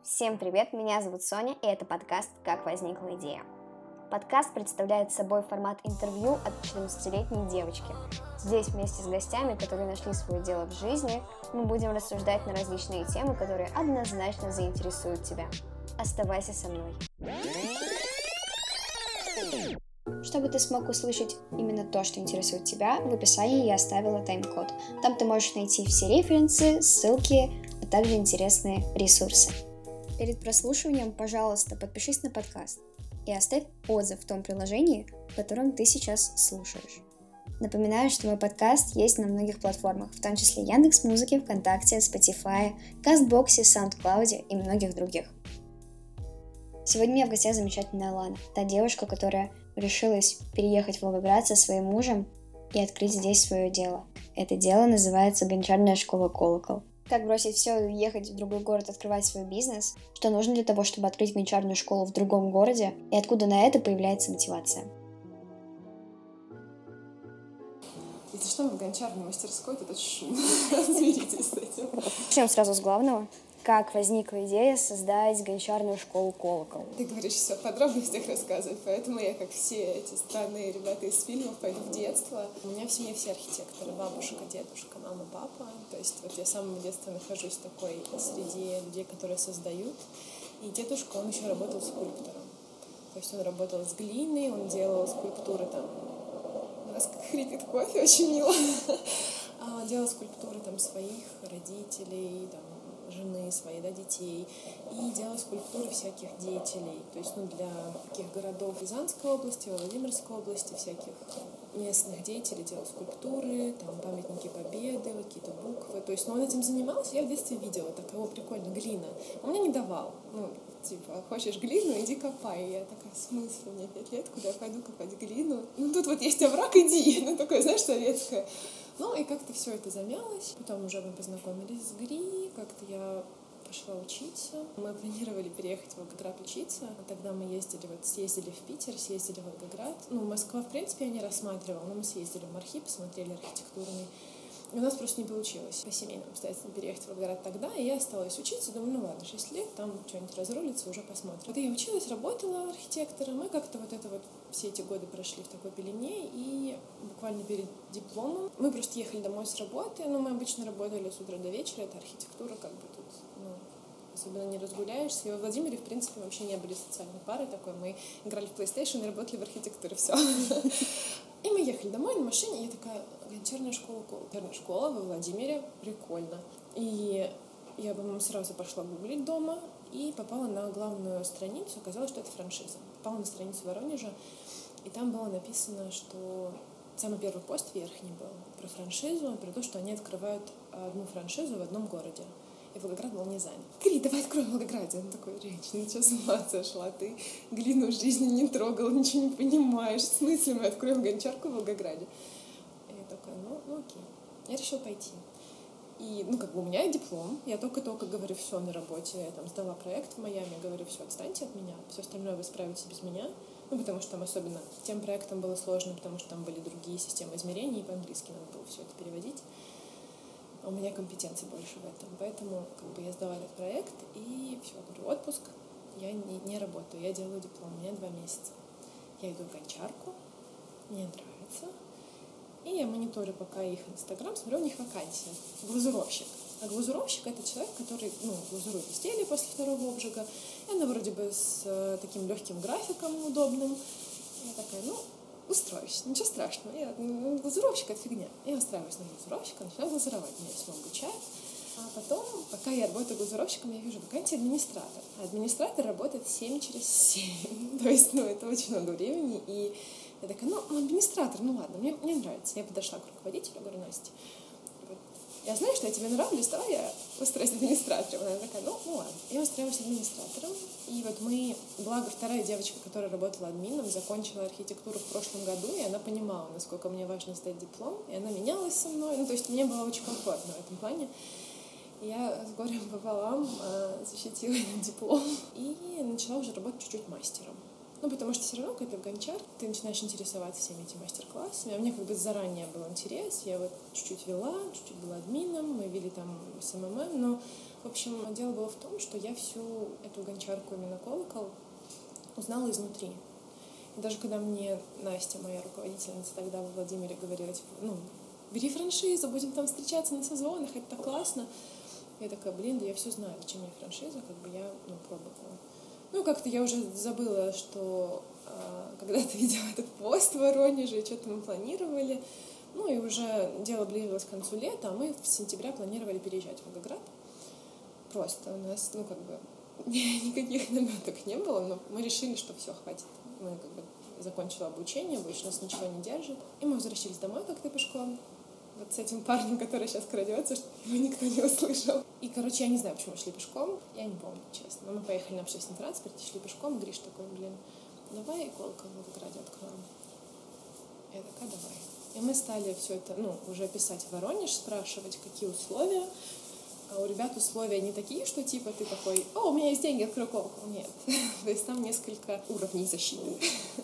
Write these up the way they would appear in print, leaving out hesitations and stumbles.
Всем привет, меня зовут Соня, и это подкаст «Как возникла идея». Подкаст представляет собой формат интервью от 14-летней девочки. Здесь вместе с гостями, которые нашли свое дело в жизни, мы будем рассуждать на различные темы, которые однозначно заинтересуют тебя. Оставайся со мной. Чтобы ты смог услышать именно то, что интересует тебя, в описании я оставила тайм-код. Там ты можешь найти все референсы, ссылки, а также интересные ресурсы. Перед прослушиванием, пожалуйста, подпишись на подкаст и оставь отзыв в том приложении, в котором ты сейчас слушаешь. Напоминаю, что мой подкаст есть на многих платформах, в том числе Яндекс.Музыке, ВКонтакте, Spotify, Кастбоксе, SoundCloud и многих других. Сегодня у меня в гостях замечательная Лана, та девушка, которая решилась переехать в Волгоград со своим мужем и открыть здесь свое дело. Это дело называется «Гончарная школа Колокол». Как бросить все и уехать в другой город, открывать свой бизнес? Что нужно для того, чтобы открыть гончарную школу в другом городе? И откуда на это появляется мотивация? Если что, в гончарной мастерской тут очень шумно. Смиритесь с этим. Начнем сразу с главного. Как возникла идея создать гончарную школу Колокол? Ты говоришь все в подробностях рассказывать, поэтому я, как все эти странные ребята из фильмов, пойду в детство. У меня в семье все архитекторы: бабушка, дедушка, мама, папа. То есть вот я с самого детства нахожусь в такой среде людей, которые создают. И дедушка, он еще работал скульптором. То есть он работал с глиной, он делал скульптуры там. У нас хрипит кофе, очень мило. Он делал скульптуры там своих родителей, там, жены своей, да, детей, и делал скульптуры всяких деятелей, то есть, для таких городов Рязанской области, Владимирской области, всяких местных деятелей делал скульптуры, там, памятники Победы, какие-то буквы, то есть, он этим занимался, я в детстве видела, так, прикольно, глина, он мне не давал, хочешь глину, иди копай, и я такая, в смысле, мне 5 лет, куда я пойду копать глину, тут вот есть овраг, иди, такое, знаешь, советское. И как-то все это замялось. Потом уже мы познакомились с Гри, как-то я пошла учиться. Мы планировали переехать в Волгоград учиться. Тогда мы съездили в Питер, съездили в Волгоград. Москва, в принципе, я не рассматривала, но мы съездили в МАРХИ, посмотрели архитектурный. И у нас просто не получилось по семейным обстоятельствам переехать в Волгоград тогда, и я осталась учиться, думаю, ладно, 6 лет, там что-нибудь разрулится, уже посмотрим. Вот я училась, работала архитектором, и как-то все эти годы прошли в такой пелене, и буквально перед дипломом мы просто ехали домой с работы, мы обычно работали с утра до вечера, это архитектура, тут, особенно не разгуляешься. И во Владимире, в принципе, вообще не были социальной парой такой. Мы играли в PlayStation и работали в архитектуре, все. И мы ехали домой на машине, и я такая, гончарная школа Колокол. Гончарная школа во Владимире, прикольно. И я, по-моему, сразу пошла гуглить дома и попала на главную страницу. Оказалось, что это франшиза. Попала на страницу Воронежа, и там было написано, что самый первый пост верхний был про франшизу, про то, что они открывают одну франшизу в одном городе. И Волгоград был не занят. Гри, давай откроем в Волгограде. Он такой, женщина, что с ума сошла? Ты глину в жизни не трогал, ничего не понимаешь. В смысле мы откроем гончарку в Волгограде? И я такая, окей. Я решила пойти. И, у меня диплом. Я только-только говорю, все на работе. Я там сдала проект в Майами. Говорю, все, отстаньте от меня. Все остальное вы справитесь без меня. Потому что там особенно тем проектом было сложно, потому что там были другие системы измерений, и по-английски надо было все это переводить. У меня компетенции больше в этом. Поэтому я сдала этот проект, и все, говорю, отпуск. Я не работаю, я делаю диплом, у меня 2 месяца. Я иду в гончарку, мне нравится. И я мониторю пока их Инстаграм, смотрю, у них вакансия. Глазуровщик. А глазуровщик — это человек, который, глазурует изделие после второго обжига. И она вроде бы с таким легким графиком удобным. Я такая, устроюсь, ничего страшного. Глазуровщик — это фигня. Я устраиваюсь на глазуровщика, начинаю глазуровать. Меня все обучают. А потом, пока я работаю глазуровщиком, я вижу вакансию администратор. А администратор работает 7 через 7. То есть, это очень много времени. И я такая, администратор, ладно, мне нравится. Я подошла к руководителю, говорю, Настя, я знаю, что я тебе нравлюсь, давай я устроюсь администратором. Она такая, ладно. Я устраиваюсь администратором. И благо вторая девочка, которая работала админом, закончила архитектуру в прошлом году, и она понимала, насколько мне важно сдать диплом, и она менялась со мной. То есть мне было очень комфортно в этом плане. Я с горем пополам защитила этот диплом и начала уже работать чуть-чуть мастером. Ну, потому что все равно, когда ты в Гончар, ты начинаешь интересоваться всеми этими мастер-классами. А мне как бы заранее был интерес. Я вот чуть-чуть вела, чуть-чуть была админом, мы вели там СММ, но, в общем, дело было в том, что я всю эту гончарку, именно колокол, узнала изнутри. И даже когда мне Настя, моя руководительница тогда во Владимире, говорила, типа, ну, бери франшизу, будем там встречаться на созвонах, это так классно. Я такая, блин, да я все знаю, зачем мне франшиза, как бы я, пробовала. Ну, как-то я уже забыла, что когда-то видела этот пост в Воронеже, что-то мы планировали. Ну, и уже дело близилось к концу лета, а мы в сентябре планировали переезжать в Волгоград. Просто у нас, никаких наметок не было, но мы решили, что все, хватит. Мы как бы закончили обучение, больше нас ничего не держит. И мы возвращались домой как-то пешком. Вот с этим парнем, который сейчас крадется, чтобы его никто не услышал. И, короче, я не знаю, почему мы шли пешком. Я не помню, честно. Но мы поехали на общественном транспорте, шли пешком. Гриш такой, давай колокол в Волгограде откроем. Я такая, давай. И мы стали все это, уже писать в Воронеж, спрашивать, какие условия. А у ребят условия не такие, что типа ты такой, у меня есть деньги, открою колокол. Нет. То есть там несколько уровней защиты.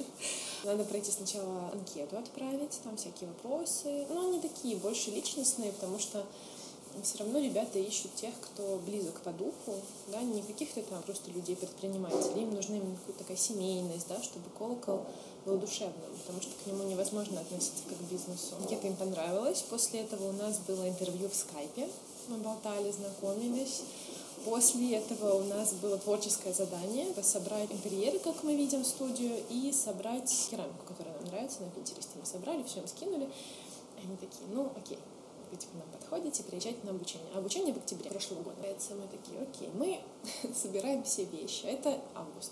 Надо пройти сначала анкету отправить, там всякие вопросы. Но они такие, больше личностные, потому что все равно ребята ищут тех, кто близок по духу, да, не каких-то там просто людей-предпринимателей. Им нужна именно какая-то такая семейность, да, чтобы колокол был душевным, потому что к нему невозможно относиться как к бизнесу. Анкета им понравилась. После этого у нас было интервью в скайпе. Мы болтали, знакомились. После этого у нас было творческое задание собрать интерьеры, как мы видим, в студию, и собрать керамику, которая нам нравится на Пинтересте. Мы собрали, все им скинули. Они такие, окей, вы типа нам подходите, приезжайте на обучение. А обучение в октябре прошлого года. Поэтому мы такие, окей, мы собираем все вещи. Это август.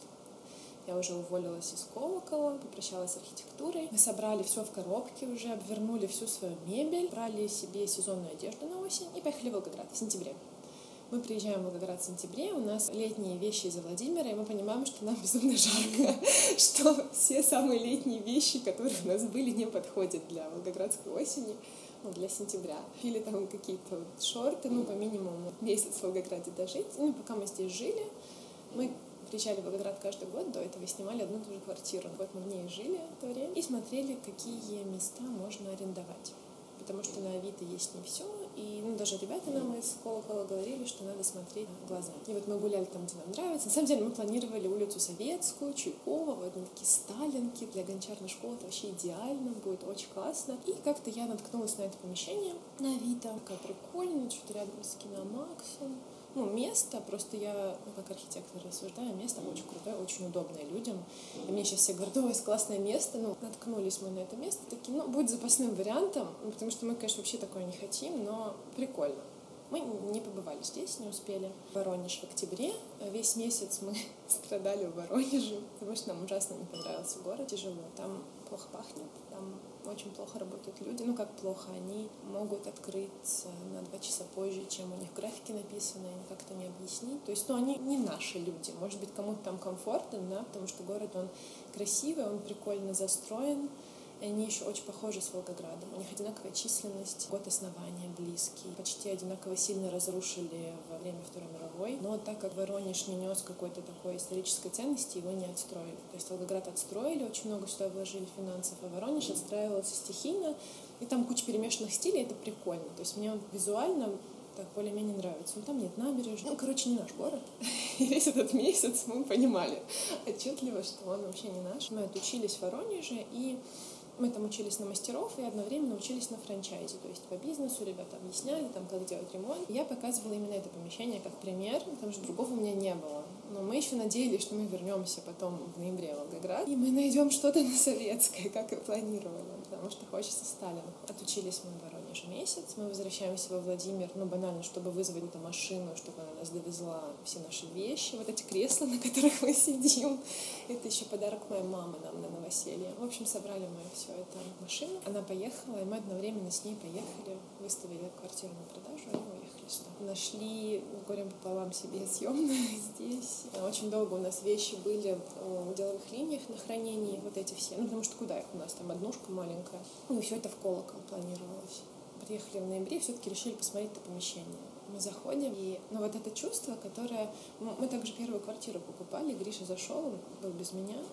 Я уже уволилась из колокола, попрощалась с архитектурой. Мы собрали все в коробке уже, обвернули всю свою мебель, брали себе сезонную одежду на осень и поехали в Волгоград в сентябре. Мы приезжаем в Волгоград в сентябре, у нас летние вещи из Владимира, и мы понимаем, что нам безумно жарко, что все самые летние вещи, которые у нас были, не подходят для волгоградской осени, для сентября. Или там какие-то шорты, по минимуму месяц в Волгограде дожить. Пока мы здесь жили, мы приезжали в Волгоград каждый год, до этого снимали одну и ту же квартиру. Вот мы в ней жили в то время и смотрели, какие места можно арендовать. Потому что на Авито есть не все, и даже ребята нам из колокола говорили, что надо смотреть глаза. И вот мы гуляли там, где нам нравится. На самом деле мы планировали улицу Советскую, Чуйкова, вот такие сталинки для гончарной школы, это вообще идеально, будет очень классно. И как-то я наткнулась на это помещение на Авито, такая прикольная, что-то рядом с Киномаксом. Место, просто я, как архитектор рассуждаю, место очень крутое, очень удобное людям. И мне сейчас все говорят, ой, классное место. Наткнулись мы на это место, такие, будет запасным вариантом, потому что мы, конечно, вообще такое не хотим, но прикольно. Мы не побывали здесь, не успели. Воронеж в октябре. Весь месяц мы страдали в Воронеже, потому что нам ужасно не понравился город, тяжело. Там плохо пахнет, там очень плохо работают люди. Как плохо, они могут открыться на 2 часа позже, чем у них в графике написано, им как-то не объяснить. То есть, они не наши люди. Может быть, кому-то там комфортно, да, потому что город, он красивый, он прикольно застроен. И они еще очень похожи с Волгоградом. У них одинаковая численность, год основания близкий. Почти одинаково сильно разрушили во время Второй мировой. Но так как Воронеж не нес какой-то такой исторической ценности, его не отстроили. То есть Волгоград отстроили, очень много сюда вложили финансов, а Воронеж отстраивался стихийно. И там куча перемешанных стилей, это прикольно. То есть мне он визуально так более-менее нравится. Но там нет набережной. Не наш город. И весь этот месяц мы понимали отчетливо, что он вообще не наш. Мы отучились в Воронеже, и мы там учились на мастеров и одновременно учились на франчайзе. То есть по бизнесу ребята объясняли, как делать ремонт. Я показывала именно это помещение как пример, потому что другого у меня не было. Но мы еще надеялись, что мы вернемся потом в ноябре в Волгоград, и мы найдем что-то на Советской, как и планировали, потому что хочется Сталина. Отучились мы в Воронеже месяц, мы возвращаемся во Владимир, банально, чтобы вызвать эту машину, чтобы она нас довезла все наши вещи, вот эти кресла, на которых мы сидим. Это еще подарок моей мамы нам на новоселье. В общем, собрали мы все это в машину. Она поехала, и мы одновременно с ней поехали, выставили квартиру на продажу и уехали сюда. Нашли горем пополам себе съемное здесь. Очень долго у нас вещи были в деловых линиях на хранении, вот эти все. Потому что куда их? У нас там однушка маленькая. И все это в колокол планировалось. Приехали в ноябре, все-таки решили посмотреть это помещение. Мы заходим, и вот это чувство, которое... Мы также первую квартиру покупали, Гриша зашел, он был без меня.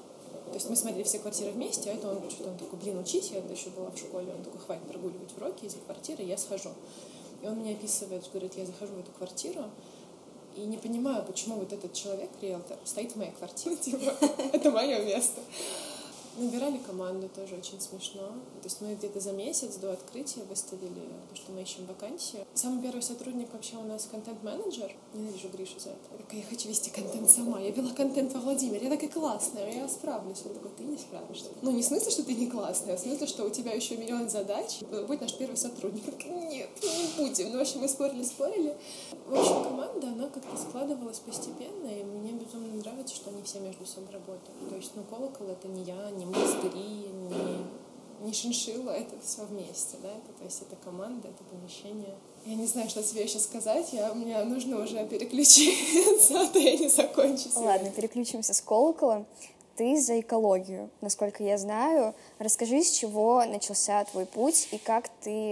То есть мы смотрели все квартиры вместе, а это он что-то, он такой, блин, учись, я еще была в школе, он такой, хватит прогуливать уроки из квартиры, я схожу. И он мне описывает, говорит, я захожу в эту квартиру, и не понимаю, почему вот этот человек, риэлтор, стоит в моей квартире, типа, это мое место. Набирали команду, тоже очень смешно. То есть мы где-то за месяц до открытия выставили то, что мы ищем вакансию. Самый первый сотрудник вообще у нас контент-менеджер. Ненавижу Гришу за это. Я такая, я хочу вести контент сама. Я вела контент во Владимире. Я такая классная, я справлюсь. Он такой, ты не справишься. Ну, не в смысле, что ты не классная, а в смысле, что у тебя еще миллион задач. Будь наш первый сотрудник. Я такая, нет, не будем. Ну, в общем, мы спорили. В общем, команда, она как-то складывалась постепенно, и мне безумно нравится, что они все между собой работают. То есть, ну, колокол — это не я, не монастыри, не шиншилла, это все вместе, да, то есть это команда, это помещение. Я не знаю, что тебе еще сказать, мне нужно уже переключиться, а то я не закончу. Ладно, переключимся с колокола. Ты за экологию, насколько я знаю. Расскажи, с чего начался твой путь и как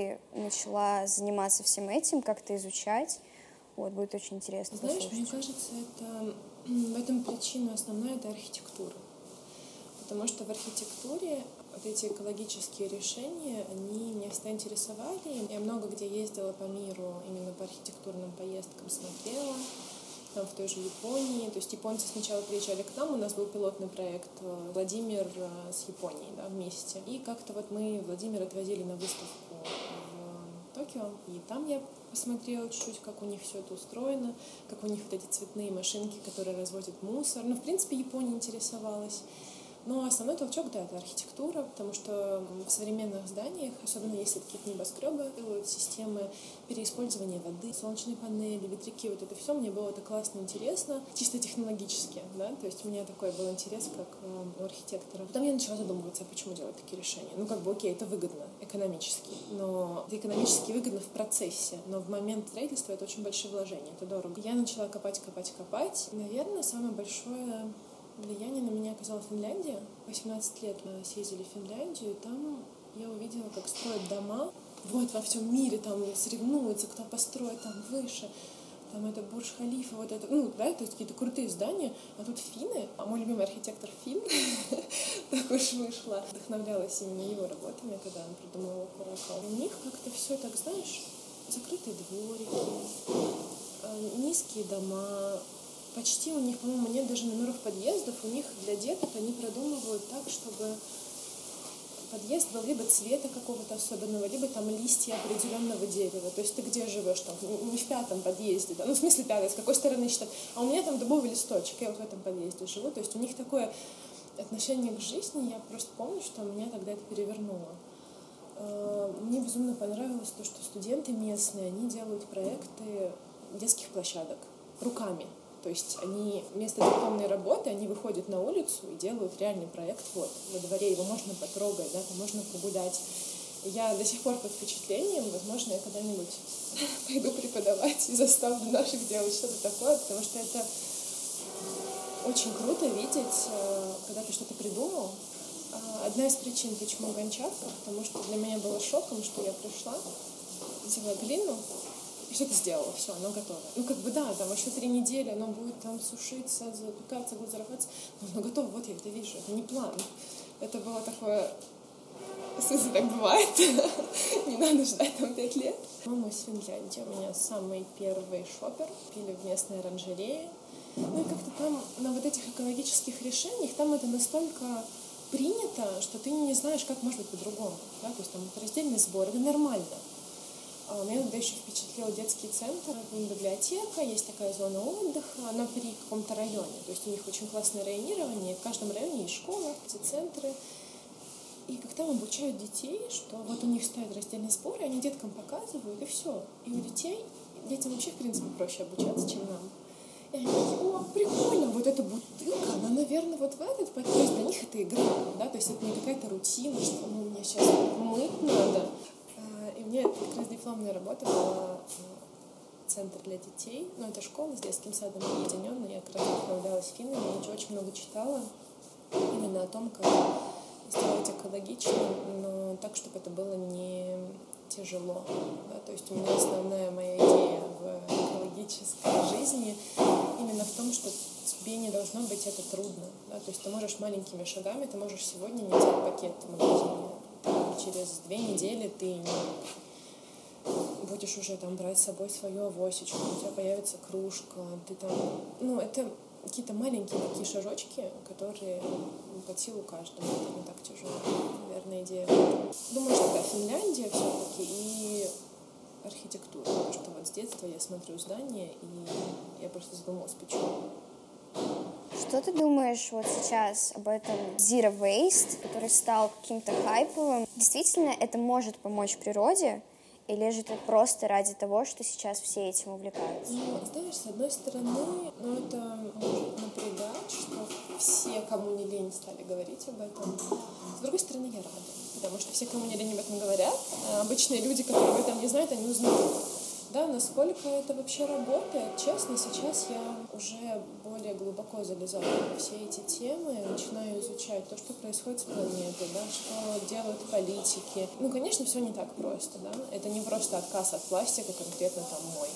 ты начала заниматься всем этим, как ты изучать. Вот, будет очень интересно. Знаешь, послушать. мне кажется, в этом причина основная — это архитектура. Потому что в архитектуре вот эти экологические решения, они меня всегда интересовали. Я много где ездила по миру, именно по архитектурным поездкам смотрела, там в той же Японии. То есть японцы сначала приезжали к нам, у нас был пилотный проект Владимир с Японией, да, вместе. И как-то вот мы Владимир отвозили на выставку в Токио, и там я посмотрела чуть-чуть, как у них все это устроено, как у них вот эти цветные машинки, которые разводят мусор. Ну, в принципе, Япония интересовалась. Но основной толчок, да, это архитектура, потому что в современных зданиях, особенно если какие-то небоскребы, делают системы переиспользования воды, солнечные панели, ветряки, вот это все мне было это классно интересно, чисто технологически, да, то есть у меня такой был интерес, как у архитектора. Потом я начала задумываться, а почему делать такие решения. Ну, как бы, окей, это выгодно экономически, но это экономически выгодно в процессе, но в момент строительства это очень большие вложения, это дорого. Я начала копать. Наверное, самое большое влияние на меня оказала Финляндия. 18 лет мы съездили в Финляндию, и там я увидела, как строят дома. Вот во всем мире там соревнуются, кто построит там выше. Там это Бурдж-Халифа, вот это, ну, да, то есть какие-то крутые здания. А тут финны, а мой любимый архитектор фин, так уж вышло. Вдохновлялась именно его работами, когда он придумывал колокол. У них как-то все так, знаешь, закрытые дворики, низкие дома. Почти у них, по-моему, нет даже номеров подъездов. У них для деток они продумывают так, чтобы подъезд был либо цвета какого-то особенного, либо там листья определенного дерева. То есть ты где живешь? Там, не в 5-м подъезде, да? Ну, в смысле 5-й, с какой стороны считать? А у меня там дубовый листочек, я вот в этом подъезде живу. То есть у них такое отношение к жизни. Я просто помню, что меня тогда это перевернуло. Мне безумно понравилось то, что студенты местные, они делают проекты детских площадок руками. То есть они вместо дипломной работы, они выходят на улицу и делают реальный проект. Вот, во дворе его можно потрогать, да, там можно погулять. И я до сих пор под впечатлением, возможно, я когда-нибудь пойду преподавать и заставлю наших делать что-то такое, потому что это очень круто видеть, когда ты что-то придумал. Одна из причин, почему гончарка, потому что для меня было шоком, что я пришла, взяла глину, и что-то сделала, все, оно готово. Ну, как бы, да, там еще 3 недели оно будет там сушиться, запекаться, глазироваться, но оно готово, вот я это вижу, это не план. Это было такое... В смысле, так бывает? Не надо ждать там 5 лет. Мама из Финляндии, у меня самый первый шопер, пили в местной оранжерее. Ну, и как-то там на вот этих экологических решениях, там это настолько принято, что ты не знаешь, как может быть по-другому. Да? То есть там раздельный сбор, это нормально. Меня тогда еще впечатлил детский центр, библиотека, есть такая зона отдыха, она при каком-то районе, то есть у них очень классное районирование, в каждом районе есть школа, эти центры, и как там обучают детей, что вот у них стоят раздельные сборы, они деткам показывают, и все, и у детям вообще, в принципе, проще обучаться, чем нам. И они такие, о, прикольно, вот эта бутылка, она, наверное, вот в этот, то есть для них это игра, да, то есть это не какая-то рутина, что ну, мне сейчас мыть надо. И у меня как раз дипломная работа была центр для детей, ну, это школа с детским садом объединенная, я как раз вдохновлялась финнами, я очень много читала именно о том, как сделать экологично, но так, чтобы это было не тяжело. Да? То есть у меня основная моя идея в экологической жизни именно в том, что тебе не должно быть это трудно. Да? То есть ты можешь маленькими шагами, ты можешь сегодня не взять пакет в магазине. Через 2 недели ты будешь уже там брать с собой свою авосечку, у тебя появится кружка, ты там... Ну, это какие-то маленькие такие шажочки, которые под силу каждому. Это не так тяжело, наверное, идея. Думаю, что да, Финляндия все-таки и архитектура. Потому что вот с детства я смотрю здания, и я просто задумалась, почему. Что ты думаешь вот сейчас об этом Zero Waste, который стал каким-то хайповым? Действительно, это может помочь природе? Или же это просто ради того, что сейчас все этим увлекаются? Ну, знаешь, с одной стороны, это может напрягать, что все, кому не лень, стали говорить об этом. С другой стороны, я рада, потому что все, кому не лень, об этом говорят. А обычные люди, которые об этом не знают, они узнают. Да, насколько это вообще работает, честно, сейчас я уже более глубоко залезаю во все эти темы, начинаю изучать то, что происходит с планетой, да, что делают политики. Ну, конечно, все не так просто, да, это не просто отказ от пластика, конкретно там мой.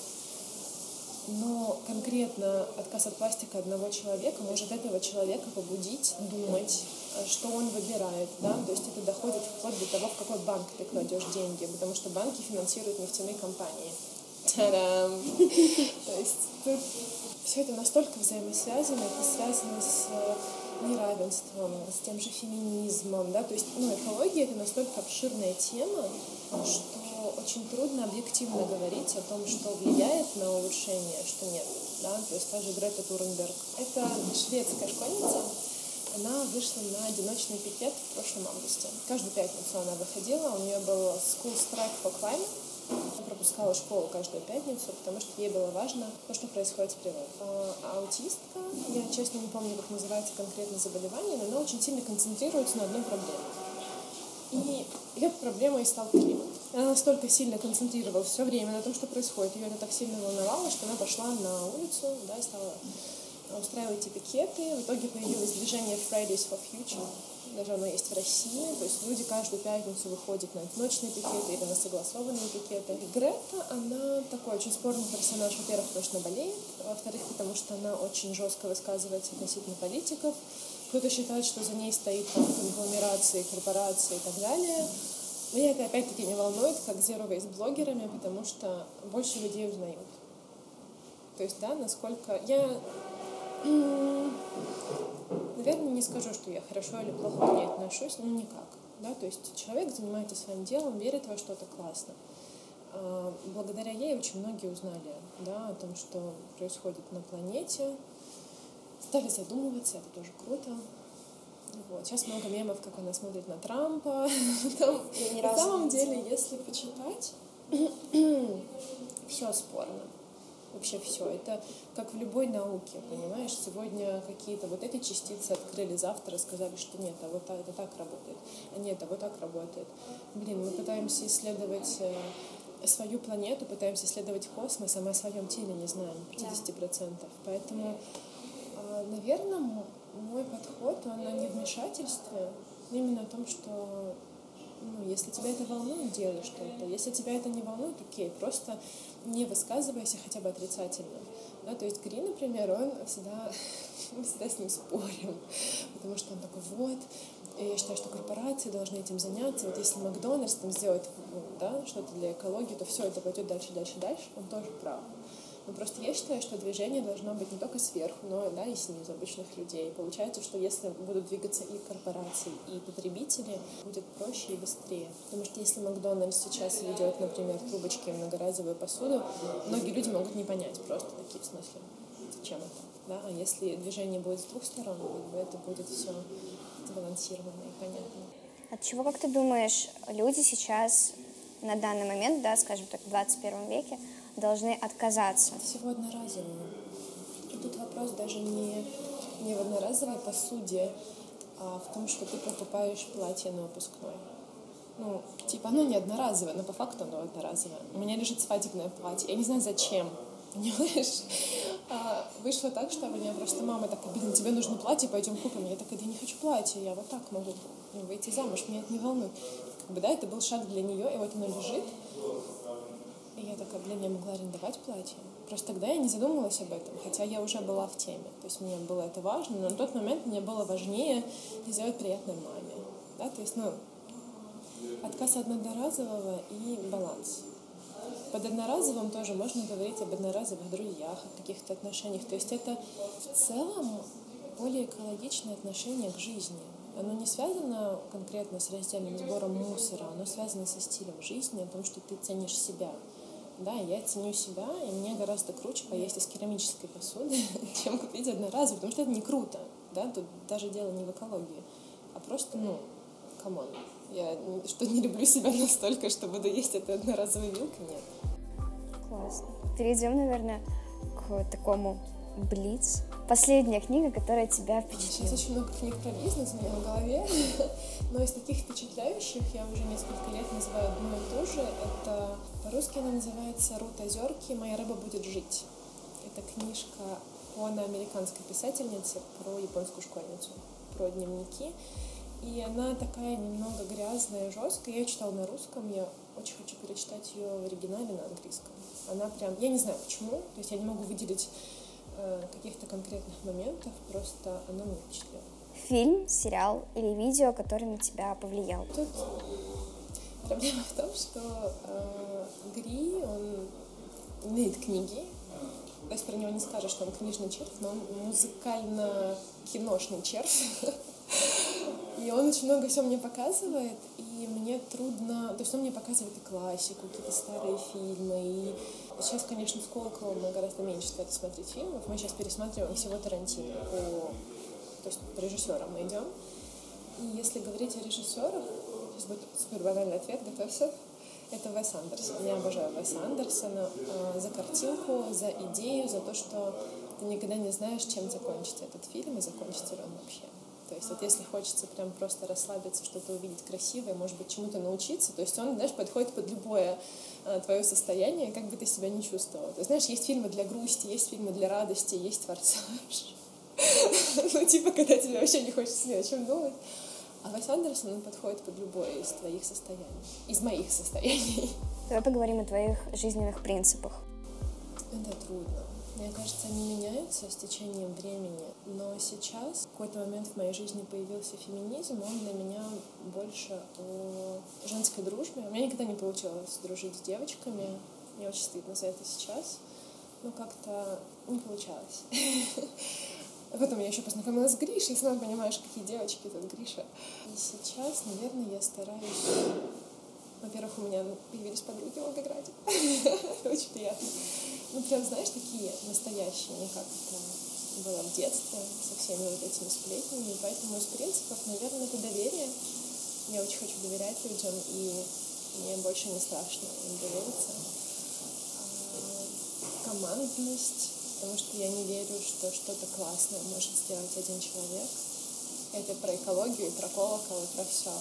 Но конкретно отказ от пластика одного человека может этого человека побудить думать, что он выбирает, да, то есть это доходит вплоть до того, в какой банк ты кладешь деньги, потому что банки финансируют нефтяные компании. Та-дам! То есть тут все это настолько взаимосвязано, это связано с неравенством, с тем же феминизмом, да, то есть, экология — это настолько обширная тема, что очень трудно объективно говорить о том, что влияет на улучшение, что нет, да, то есть та же Грета Турнберг. Это шведская школьница, она вышла на одиночный пикет в прошлом августе. Каждую пятницу она выходила, у нее был School Strike for Climate. Она пропускала школу каждую пятницу, потому что ей было важно то, что происходит с природой. Аутистка, я честно не помню, как называется конкретно заболевание, но она очень сильно концентрируется на одной проблеме. И ее проблемой стал климат. Она настолько сильно концентрировалась все время на том, что происходит. Ее это так сильно волновало, что она пошла на улицу, да, и стала устраивать эти пикеты. В итоге появилось движение Fridays for Future. Даже оно есть в России. То есть люди каждую пятницу выходят на одиночные пикеты или на согласованные пикеты. Грета, она такой очень спорный персонаж. Во-первых, потому что она болеет. Во-вторых, потому что она очень жестко высказывается относительно политиков. Кто-то считает, что за ней стоит там конгломерации, корпорации и так далее. Меня это опять-таки не волнует, как Zero Waste блогерами, потому что больше людей узнают. То есть, да, насколько... Я, наверное, не скажу, что я хорошо или плохо к ней отношусь, но никак. Да? То есть человек занимается своим делом, верит во что-то, классно. Благодаря ей очень многие узнали, да, о том, что происходит на планете, стали задумываться, это тоже круто. Вот. Сейчас много мемов, как она смотрит на Трампа. Там, на самом деле, если почитать, все спорно. Вообще все. Это как в любой науке, понимаешь? Сегодня какие-то вот эти частицы открыли, завтра сказали, что нет, а вот это так работает. А нет, а вот так работает. Мы пытаемся исследовать свою планету, пытаемся исследовать космос, а мы о своем теле не знаем 50%. Поэтому, наверное, мой подход, он о невмешательстве, именно о том, что если тебя это волнует, делай что-то. Если тебя это не волнует, окей, просто не высказывайся хотя бы отрицательно. Да, то есть Гри, например, мы всегда с ним спорим, потому что он такой, я считаю, что корпорации должны этим заняться. Вот если Макдональдс там сделает что-то для экологии, то все это пойдет дальше. Он тоже прав. Но просто я считаю, что движение должно быть не только сверху, но и снизу обычных людей. Получается, что если будут двигаться и корпорации, и потребители, будет проще и быстрее. Потому что если Макдональдс сейчас ведет, например, трубочки в многоразовую посуду, многие люди могут не понять просто такие, в смысле, зачем это. Да? А если движение будет с двух сторон, это будет все сбалансировано и понятно. От чего, как ты думаешь, люди сейчас на данный момент, скажем так, в 21 веке, должны отказаться? Всего одноразового. И тут вопрос даже не в одноразовой посуде, а в том, что ты покупаешь платье на выпускной. Оно не одноразовое, но по факту оно одноразовое. У меня лежит свадебное платье. Я не знаю, зачем. Понимаешь? Вышло так, что у меня просто мама такая, тебе нужно платье, пойдем купим. Я такая, я не хочу платье, я вот так могу выйти замуж, меня это не волнует. как бы, да, это был шаг для нее, и вот оно лежит. И я такая, блин, я могла арендовать платье. Просто тогда я не задумывалась об этом, хотя я уже была в теме. То есть мне было это важно, но на тот момент мне было важнее сделать приятной маме. Да? То есть, отказ от одноразового и баланс. Под одноразовым тоже можно говорить об одноразовых друзьях, о каких-то отношениях. То есть это в целом более экологичное отношение к жизни. Оно не связано конкретно с раздельным сбором мусора, оно связано со стилем жизни, о том, что ты ценишь себя. Да, я ценю себя, и мне гораздо круче поесть из керамической посуды, чем купить одноразовую, потому что это не круто. Да? Тут даже дело не в экологии, а просто, камон. Я не люблю себя настолько, что буду есть это одноразовой вилкой, нет. Классно. Перейдем, наверное, к такому блиц. Последняя книга, которая тебя впечатлила. Сейчас очень много книг про бизнес у меня в голове, но из таких впечатляющих я уже несколько лет называю одно и то же. Это по-русски она называется «Рут Озерки. Моя рыба будет жить». Это книжка американской писательнице про японскую школьницу, про дневники. И она такая немного грязная, жесткая. Я ее читала на русском, я очень хочу перечитать ее в оригинале на английском. Она прям, я не знаю почему, то есть я не могу выделить каких-то конкретных моментов, просто она меня впечатлила. Фильм, сериал или видео, который на тебя повлиял? Тут проблема в том, что Гри, он имеет книги, то есть про него не скажешь, что он книжный червь, но он музыкально-киношный червь. И он очень много всего мне показывает, и мне трудно... То есть он мне показывает и классику, какие-то старые фильмы, и сейчас, конечно, с Колоколом мы гораздо меньше стали смотреть фильмов. Мы сейчас пересматриваем всего Тарантино, то есть по режиссерам мы идем. И если говорить о режиссерах, сейчас будет супер банальный ответ, готовься, это Уэс Андерсон. Я обожаю Уэса Андерсона за картинку, за идею, за то, что ты никогда не знаешь, чем закончится этот фильм и закончится ли он вообще. То есть вот если хочется прям просто расслабиться, что-то увидеть красивое, может быть, чему-то научиться, то есть он, знаешь, подходит под любое твое состояние, как бы ты себя не чувствовала. То есть, знаешь, есть фильмы для грусти, есть фильмы для радости, есть «Форсаж». Когда тебе вообще не хочется ни о чем думать. А Уэс Андерсон, он подходит под любое из твоих состояний, из моих состояний. Давай поговорим о твоих жизненных принципах. Это трудно. Мне кажется, они меняются с течением времени, но сейчас в какой-то момент в моей жизни появился феминизм, он для меня больше о женской дружбе. У меня никогда не получилось дружить с девочками, мне очень стыдно за это сейчас, но как-то не получалось. Потом я еще познакомилась с Гришей, и сама понимаешь, какие девочки тут Гриша. И сейчас, наверное, я стараюсь... Во-первых, у меня появились подруги в Волгограде. Это очень приятно. Прям, знаешь, такие настоящие, не как это было в детстве, со всеми вот этими сплетнями. И поэтому из принципов, наверное, это доверие. Я очень хочу доверять людям, и мне больше не страшно им довериться. Командность, потому что я не верю, что что-то классное может сделать один человек. Это про экологию, и про колокол, и про все.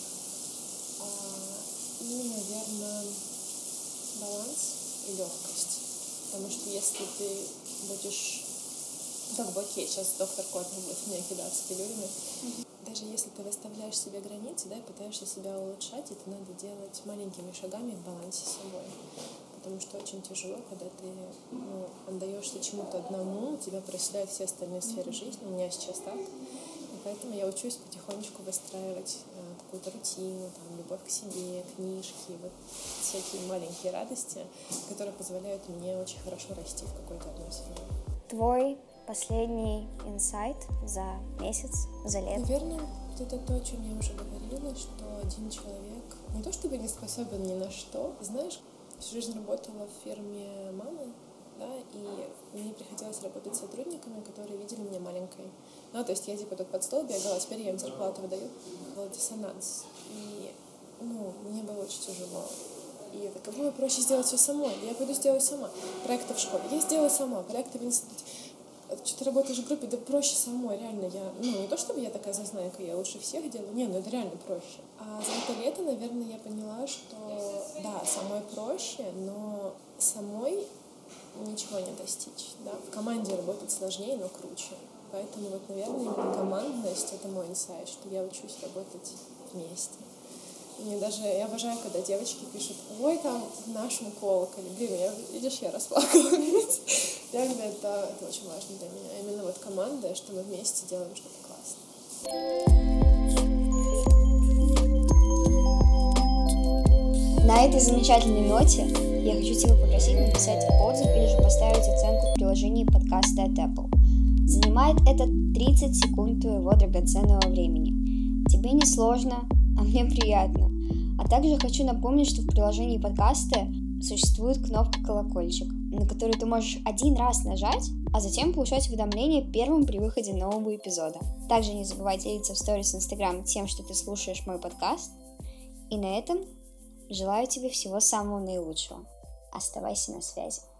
И, наверное, баланс и легкость. Потому что если ты будешь... Так, окей, сейчас доктор Коттон будет в меня кидаться пилюлями. Даже если ты выставляешь себе границы, да, и пытаешься себя улучшать, это надо делать маленькими шагами в балансе с собой. Потому что очень тяжело, когда ты отдаешься чему-то одному, тебя проседают все остальные сферы жизни. У меня сейчас так. И поэтому я учусь потихонечку выстраивать какую-то рутину, любовь к себе, книжки, вот всякие маленькие радости, которые позволяют мне очень хорошо расти в какой-то одной сфере. Твой последний инсайт за месяц, за лето? Наверное, это то, о чем я уже говорила, что один человек не то чтобы не способен ни на что. Знаешь, всю жизнь работала в фирме мамы, да, и мне приходилось работать с сотрудниками, которые видели меня маленькой. То есть я тут под стол бегала, а теперь я им зарплату выдаю. Был диссонанс. И, мне было очень тяжело. И я такая, было проще сделать все самой. Я пойду сделаю сама. Проекты в школе я сделаю сама. Проекты в институте. Что ты работаешь в группе, да проще самой, реально. Я, не то чтобы я такая зазнайка, я лучше всех делаю. Это реально проще. А за это лето, наверное, я поняла, что да, самой проще, но самой ничего не достичь. Да? В команде работать сложнее, но круче. Поэтому наверное, именно командность — это мой инсайт, что я учусь работать вместе. Я обожаю, когда девочки пишут: ой, там наш колокол. Блин, видишь, я расплакалась. Реально, это очень важно для меня. Именно вот команда, что мы вместе делаем что-то классное. На этой замечательной ноте я хочу тебя попросить написать отзыв или же поставить оценку в приложении подкаста от Apple. Занимает это 30 секунд твоего драгоценного времени. Тебе не сложно, а мне приятно. А также хочу напомнить, что в приложении подкаста существует кнопка «Колокольчик», на которую ты можешь один раз нажать, а затем получать уведомления первым при выходе нового эпизода. Также не забывай делиться в сторис Instagram тем, что ты слушаешь мой подкаст. И на этом желаю тебе всего самого наилучшего. Оставайся на связи.